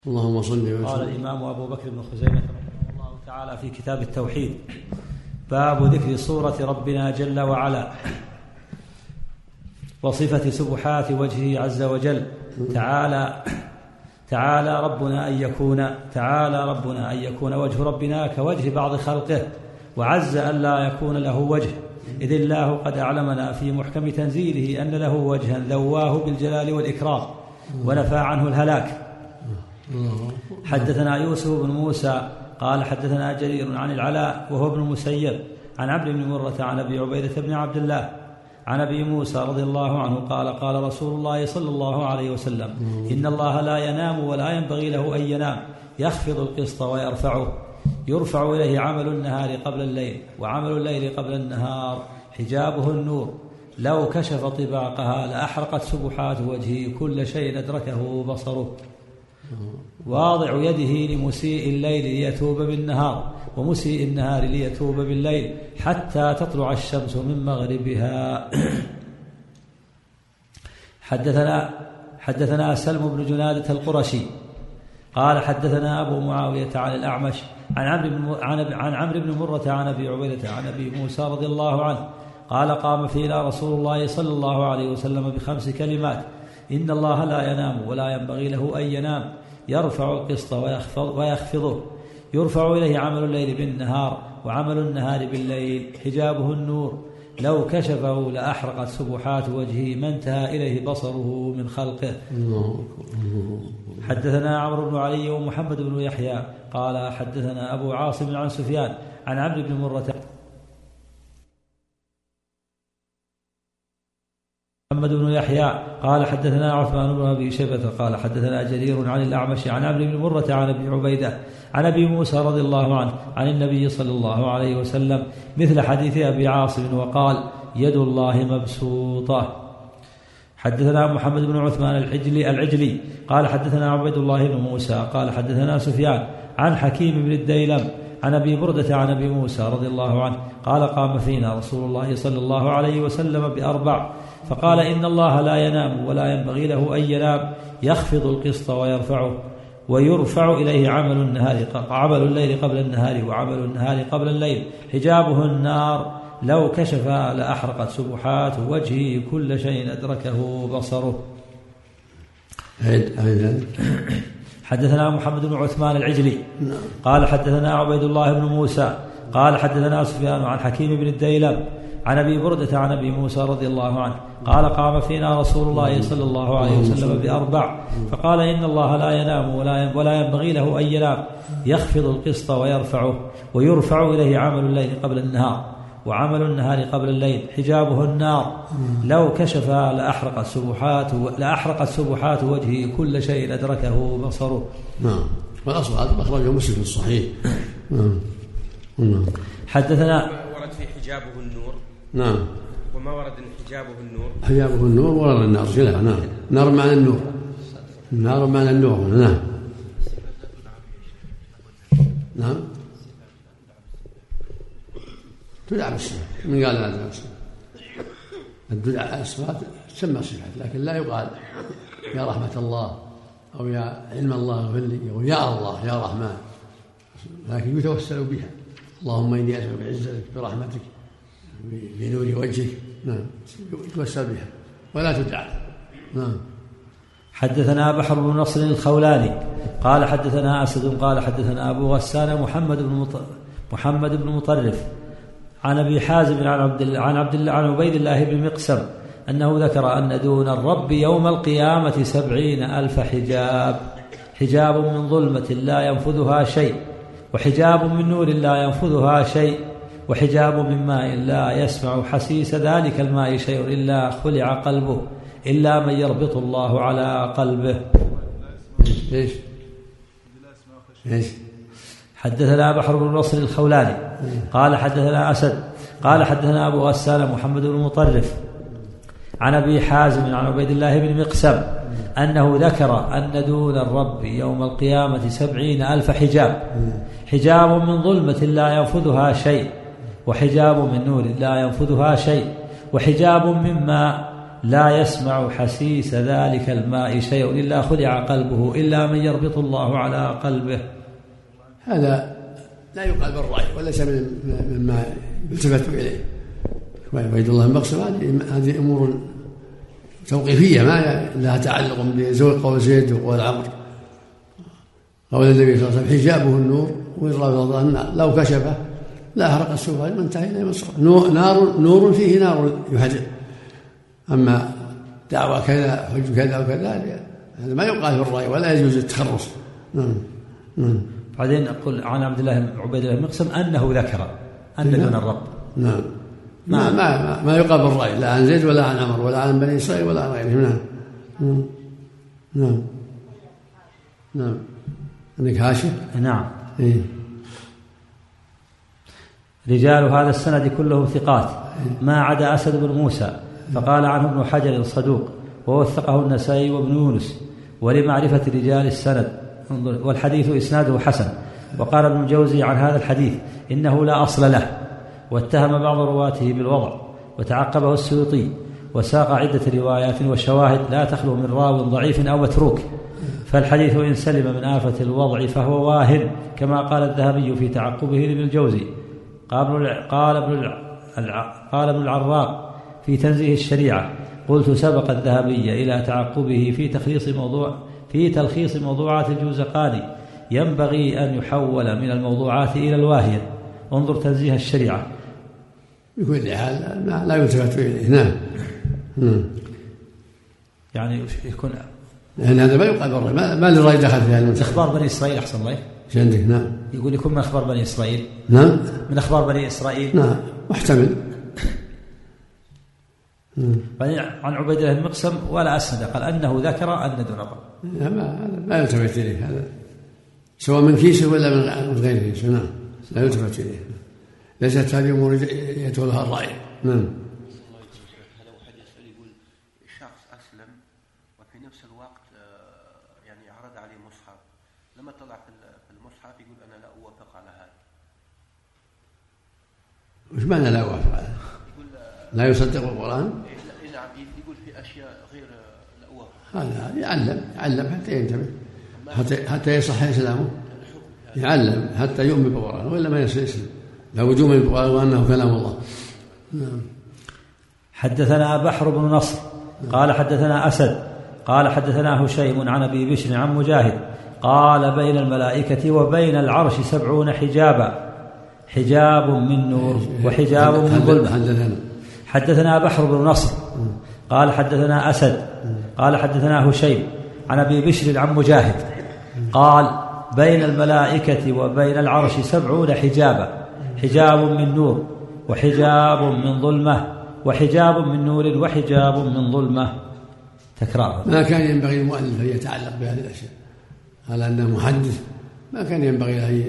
اللهم صل وسلم. قال الإمام أبو بكر بن خزيمة رحمه الله تعالى في كتاب التوحيد: باب ذكر صورة ربنا جل وعلا وصفة سبحات وجهه عز وجل. تعالى ربنا أن يكون وجه ربنا كوجه بعض خلقه، وعز أن لا يكون له وجه، إذ الله قد أعلمنا في محكم تنزيله أن له وجها ذواه بالجلال والإكرام ونفى عنه الهلاك. حدثنا يوسف بن موسى قال حدثنا جرير عن العلاء وهو ابن المسيب عن عبد بن مرة عن أبي عبيدة بن عبد الله عن أبي موسى رضي الله عنه قال: قال رسول الله صلى الله عليه وسلم: إن الله لا ينام ولا ينبغي له أن ينام، يخفض القسط ويرفعه، يرفع إليه عمل النهار قبل الليل وعمل الليل قبل النهار، حجابه النور، لو كشف طباقها لأحرقت سبحات وجهه كل شيء أدركه بصره، واضع يده لمسيء الليل ليتوب بالنهار ومسيء النهار ليتوب بالليل حتى تطلع الشمس من مغربها. حدثنا سلم بن جنادة القرشي قال حدثنا أبو معاوية عن الأعمش عن عمرو بن مرة عن أبي عبيدة عن أبي موسى رضي الله عنه قال: قام فينا رسول الله صلى الله عليه وسلم ب5 كلمات: إن الله لا ينام ولا ينبغي له أن ينام، يرفع القسط ويخفضه، يرفع إليه عمل الليل بالنهار وعمل النهار بالليل، حجابه النور، لو كشفه لأحرقت سبحات وجهه ما انتهى إليه بصره من خلقه. حدثنا عمرو بن علي ومحمد بن يحيى قال حدثنا أبو عاصم عن سفيان عن عبد بن مرة محمد بن يحيى قال حدثنا عثمان بن أبي شيبة قال حدثنا جرير عن الأعمش عن عبد بن مرة عن أبي عبيدة عن أبي موسى رضي الله عنه عن النبي صلى الله عليه وسلم مثل حديث أبي عاصم، وقال: يد الله مبسوطة. حدثنا محمد بن عثمان العجلي قال حدثنا عبيد الله بن موسى قال حدثنا سفيان عن حكيم بن الديلم عن أبي بردة عن أبي موسى رضي الله عنه قال: قام فينا رسول الله صلى الله عليه وسلم ب4 فقال: إن الله لا ينام ولا ينبغي له أن ينام، يخفض القسط ويرفعه، ويرفع إليه عمل الليل قبل النهار وعمل النهار قبل الليل، حجابه النار، لو كشف لأحرقت سبحات وجهه كل شيء أدركه بصره. حدثنا محمد بن عثمان العجلي قال حدثنا عبيد الله بن موسى قال حدثنا سفيان عن حكيم بن الديلم عن أبي بردة عن أبي موسى رضي الله عنه قال: قام فينا رسول الله صلى الله عليه وسلم ب4 فقال: إن الله لا ينام ولا ينبغي له أن ينام، يخفض القسط ويرفعه، ويرفع إليه عمل الليل قبل النهار وعمل النهار قبل الليل، حجابه النار، لو كشف لأحرقت سبحات وجهه كل شيء أدركه بصره. نعم. والأصل هذا أخرجه مسلم في الصحيح. حدثنا ورد في حجابه النور. نعم. وما ورد حجابه النور. حجابه النور ورد النار خلاف. نعم. نار معنى النور. النار معنى النور. نعم. نعم. تدعى بالصفات. من قال هذا الدعاء الصفات تسمى صفات، لكن لا يقال يا رحمة الله أو يا علم الله اغفر لي أو يا الله يا رحمن، لكن يتوسل بها: اللهم إني أسألك بعزتك برحمتك بنور وجهك. نعم. يتوسل بها ولا تدعى. نعم. حدثنا بحر بن نصر الخولاني قال حدثنا أسد قال حدثنا أبو غسان محمد بن مطرف عن أبي حازم عن عبيد الله بن مقسم أنه ذكر أن دون الرب يوم القيامة 70,000 حجاب من ظلمة لا ينفذها شيء، وحجاب من نور لا ينفذها شيء، وحجاب من ماء لا يسمع حسيس ذلك الماء شيء إلا خلع قلبه إلا من يربط الله على قلبه. إيش؟ حدثنا بحر بن نصر الخولاني قال حدثنا أسد قال حدثنا أبو غسان محمد بن مطرف عن أبي حازم عن عبيد الله بن مقسم أنه ذكر أن دون الرب يوم القيامة 70,000 حجاب من ظلمة لا ينفذها شيء، وحجاب من نور لا ينفذها شيء، وحجاب من ماء لا يسمع حسيس ذلك الماء شيء إلا خلع قلبه إلا من يربط الله على قلبه. هذا لا يقال بالرأي وليس مما يلتفت إليه. وعيد الله المقصد هذه أمور توقيفية ما لها تعلق بزوج قول زيد وقول عمرو. قول النبي صلى الله عليه وسلم حجابه النور وإضراب النار لو كشفه لا أحرق السوف من انتهى إلى مصر. نور فيه نار يحرق. أما دعوة كذا حج كذا وكذا هذا ما يقال في الرأي ولا يجوز التخرص. بعدين أقول عن عبد الله بن عبيد الله المقسم أنه ذكر أن دون الرب. نعم. ما يقال بالرأي لا عن زيد ولا عن عمر ولا عن بني إسرائيل ولا عن غيرهم. نعم. عندك هاشم؟ نعم. إيه؟ رجال هذا السند كلهم ثقات ما عدا أسد بن موسى فقال عنه ابن حجر صدوق ووثقه النسائي وابن يونس ولمعرفة رجال السند والحديث إسناده حسن. وقال ابن الجوزي عن هذا الحديث إنه لا أصل له واتهم بعض رواته بالوضع وتعقبه السيوطي وساق عدة روايات وشواهد لا تخلو من راو ضعيف أو متروك فالحديث إن سلم من آفة الوضع فهو واهن كما قال الذهبي في تعقبه لابن الجوزي. قال ابن العراق في تنزيه الشريعة قلت سبق الذهبي إلى تعقبه في تلخيص موضوعات الجوزقاني ينبغي أن يحول من الموضوعات إلى الواهية. انظر تنزيه الشريعة. بكل حال لا يلتفت إليه. نعم. يعني يكون يعني هذا ما يقال بالرأي ما للرأي دخل في هذا. أخبار بني إسرائيل أحسن الله عندك. نعم. يقول يكون من أخبار بني إسرائيل. نعم. من أخبار بني إسرائيل. نعم محتمل. عن عبيد الله بن مقسم ولا أسند قال أنه ذكر أن دون الرب. ما يلتفت إليه هذا سواء من كيسه ولا من غير كيسه. نعم لا يلتفت إليه. ليست هذه أمور يدخلها الرأي. نعم. لو حديث يقول الشخص أسلم وفي نفس الوقت يعني عرض عليه مصحف لما طلع في المصحف يقول أنا لا أوافق على هذا. وش معنى لا أوافق على هذا؟ لا يصدق القرآن؟ نعم يقول في أشياء غير لا أوافق. هذا يعلم حتى ينتبه حتى يصح إسلامه. يعلم حتى يؤمن بالقرآن وإلا ما يسلم. لا وجوب بالقرآن وأنه كلام الله. نعم. حدثنا بحر بن نصر قال حدثنا أسد قال حدثنا هشيم عن أبي بشر عن مجاهد قال بين الملائكة وبين العرش 70 حجابا حجاب من نور وحجاب من ظلمة. حدثنا بحر بن نصر قال حدثنا أسد قال حدثنا هشيم عن أبي بشر عن مجاهد قال بين الملائكة وبين العرش 70 حجابا حجاب من نور وحجاب من ظلمة وحجاب من نور وحجاب من ظلمة. تكرار. ما كان ينبغي المؤلف أن يتعلق بهذه الأشياء على أنه محدث. ما كان ينبغي له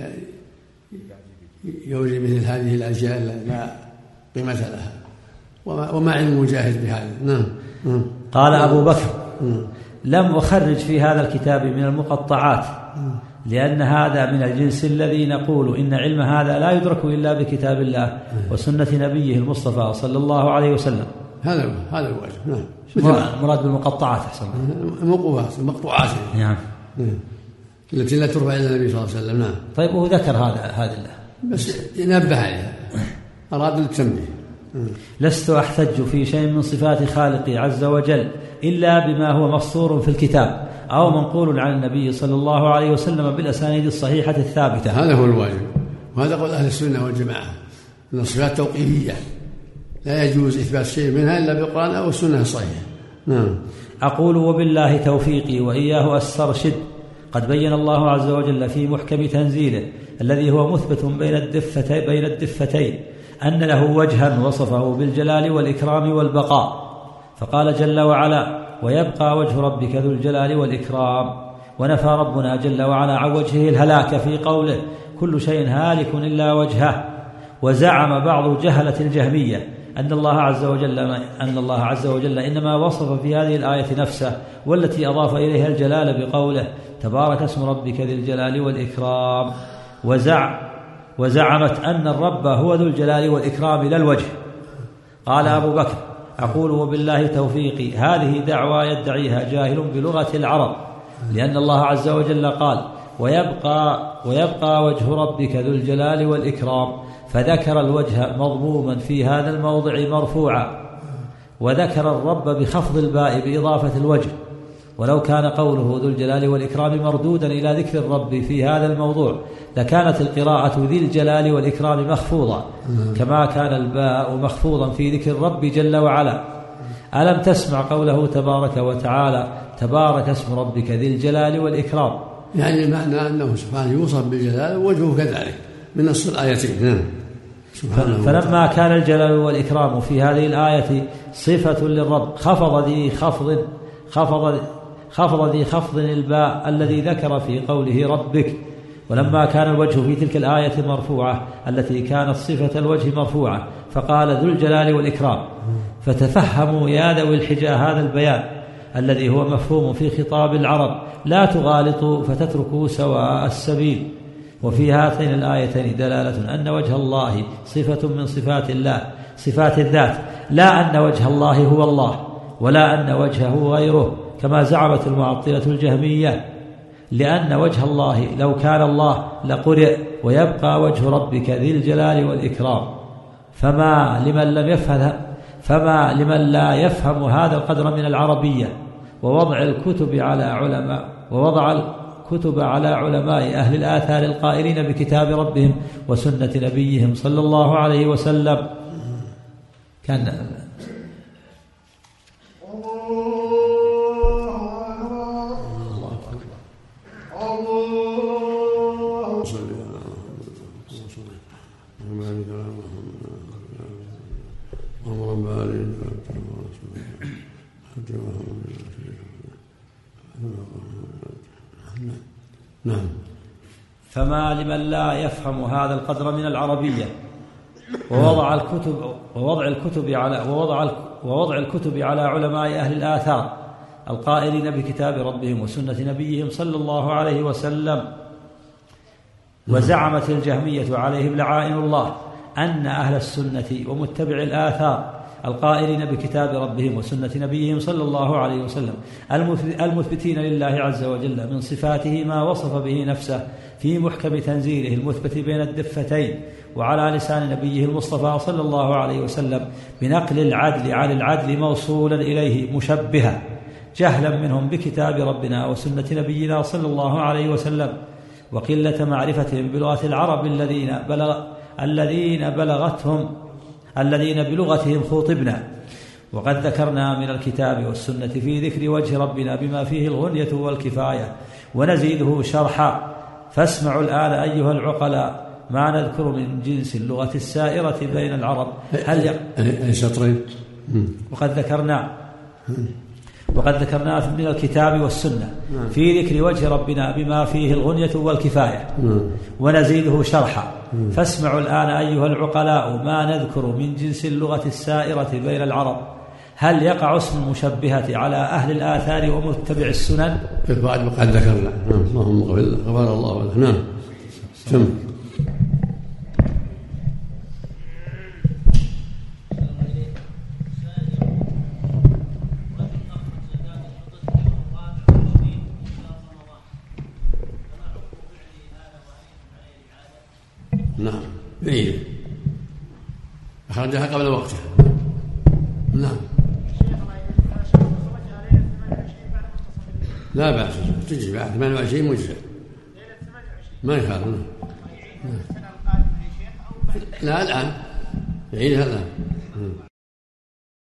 يوجد مثل هذه الأشياء لا قيمة لها وما علم مجاهد بهذا. نعم. قال أبو بكر لم أخرج في هذا الكتاب من المقطعات لأن هذا من الجنس الذي نقول إن علم هذا لا يدرك إلا بكتاب الله وسنة نبيه المصطفى صلى الله عليه وسلم. هذا الواجب. نعم. مراد بالمقطعات أحسن المقطوعات نعم التي لا ترفع إلى النبي صلى الله عليه وسلم. نعم. طيب وهو ذكر هذا بس ينبه عليها أراد التنبيه. لست أحتج في شيء من صفات خالقي عز وجل إلا بما هو مسطور في الكتاب أو منقول عن النبي صلى الله عليه وسلم بالأسانيد الصحيحة الثابتة. هذا هو الواجب وهذا قول أهل السنة والجماعة أن الصفات توقيفية لا يجوز إثبات شيء منها إلا بالقرآن أو السنة الصحيحة. نعم. أقول وبالله توفيقي وإياه أسترشد قد بين الله عز وجل في محكم تنزيله الذي هو مثبت بين الدفتين أن له وجها وصفه بالجلال والإكرام والبقاء فقال جل وعلا ويبقى وجه ربك ذو الجلال والإكرام ونفى ربنا جل وعلا عن وجهه الهلاك في قوله كل شيء هالك إلا وجهه. وزعم بعض جهلة الجهمية أن الله عز وجل إنما وصف في هذه الآية نفسه والتي أضاف إليها الجلال بقوله تبارك اسم ربك ذي الجلال والإكرام وزعمت أن الرب هو ذو الجلال والإكرام لا الوجه. قال أبو بكر أقول وبالله توفيقي هذه دعوى يدعيها جاهل بلغة العرب، لأن الله عز وجل قال ويبقى وجه ربك ذو الجلال والإكرام، فذكر الوجه مضموما في هذا الموضع مرفوعا، وذكر الرب بخفض الباء بإضافة الوجه، ولو كان قوله ذو الجلال والإكرام مردودا إلى ذكر الرب في هذا الموضوع لكانت القراءة ذي الجلال والإكرام مخفوضة كما كان الباء مخفوضا في ذكر الرب جل وعلا. ألم تسمع قوله تبارك وتعالى تبارك اسم ربك ذي الجلال والإكرام؟ يعني المعنى أنه سبحانه يوصف بالجلال ووجهه كذلك من نص الآيتين. فلما كان الجلال والإكرام في هذه الآية صفة للرب خفض ذي خفض الباء الذي ذكر في قوله ربك، ولما كان الوجه في تلك الآية مرفوعة التي كانت صفة الوجه مرفوعة فقال ذو الجلال والإكرام. فتفهموا يا ذوي الحجة هذا البيان الذي هو مفهوم في خطاب العرب، لا تغالطوا فتتركوا سواء السبيل. وفي هاتين الآيتين دلالة أن وجه الله صفة من صفات الله صفات الذات، لا أن وجه الله هو الله ولا أن وجهه غيره كما زعمت المعطلة الجهمية، لأن وجه الله لو كان الله لقرئ ويبقى وجه ربك ذي الجلال والإكرام. فما لمن لا يفهم هذا القدر من العربية ووضع الكتب على علماء أهل الآثار القائلين بكتاب ربهم وسنة نبيهم صلى الله عليه وسلم. كان نعم. فما لمن لا يفهم هذا القدر من العربية ووضع الكتب على علماء أهل الآثار القائلين بكتاب ربهم وسنة نبيهم صلى الله عليه وسلم. وزعمت الجهمية عليهم لعائن الله أن أهل السنة ومتبع الآثار القائلين بكتاب ربهم وسنة نبيهم صلى الله عليه وسلم المثبتين لله عز وجل من صفاته ما وصف به نفسه في محكم تنزيله المثبت بين الدفتين وعلى لسان نبيه المصطفى صلى الله عليه وسلم بنقل العدل عن العدل موصولا إليه مشبها، جهلا منهم بكتاب ربنا وسنة نبينا صلى الله عليه وسلم، وقلة معرفتهم بلغة العرب الذين بلغتهم خوطبنا. وقد ذكرنا من الكتاب والسنة في ذكر وجه ربنا بما فيه الغنية والكفاية ونزيده شرحا، فاسمعوا الآن أيها العقلاء ما نذكر من جنس اللغة السائرة بين العرب. وقد ذكرنا من الكتاب والسنة في ذكر وجه ربنا بما فيه الغنية والكفاية ونزيده شرحا، فاسمعوا الآن أيها العقلاء ما نذكر من جنس اللغة السائرة بين العرب. هل يقع اسم المشبهة على أهل الآثار ومتبع السنن؟ قد ذكرنا. اللهم غفر الله له. نعم. نعم. بعيدة أخرجها قبل وقتها. نعم. لا بأس تجي بعد 28 مجزء ما يخالف. لا الآن بعيدها الآن.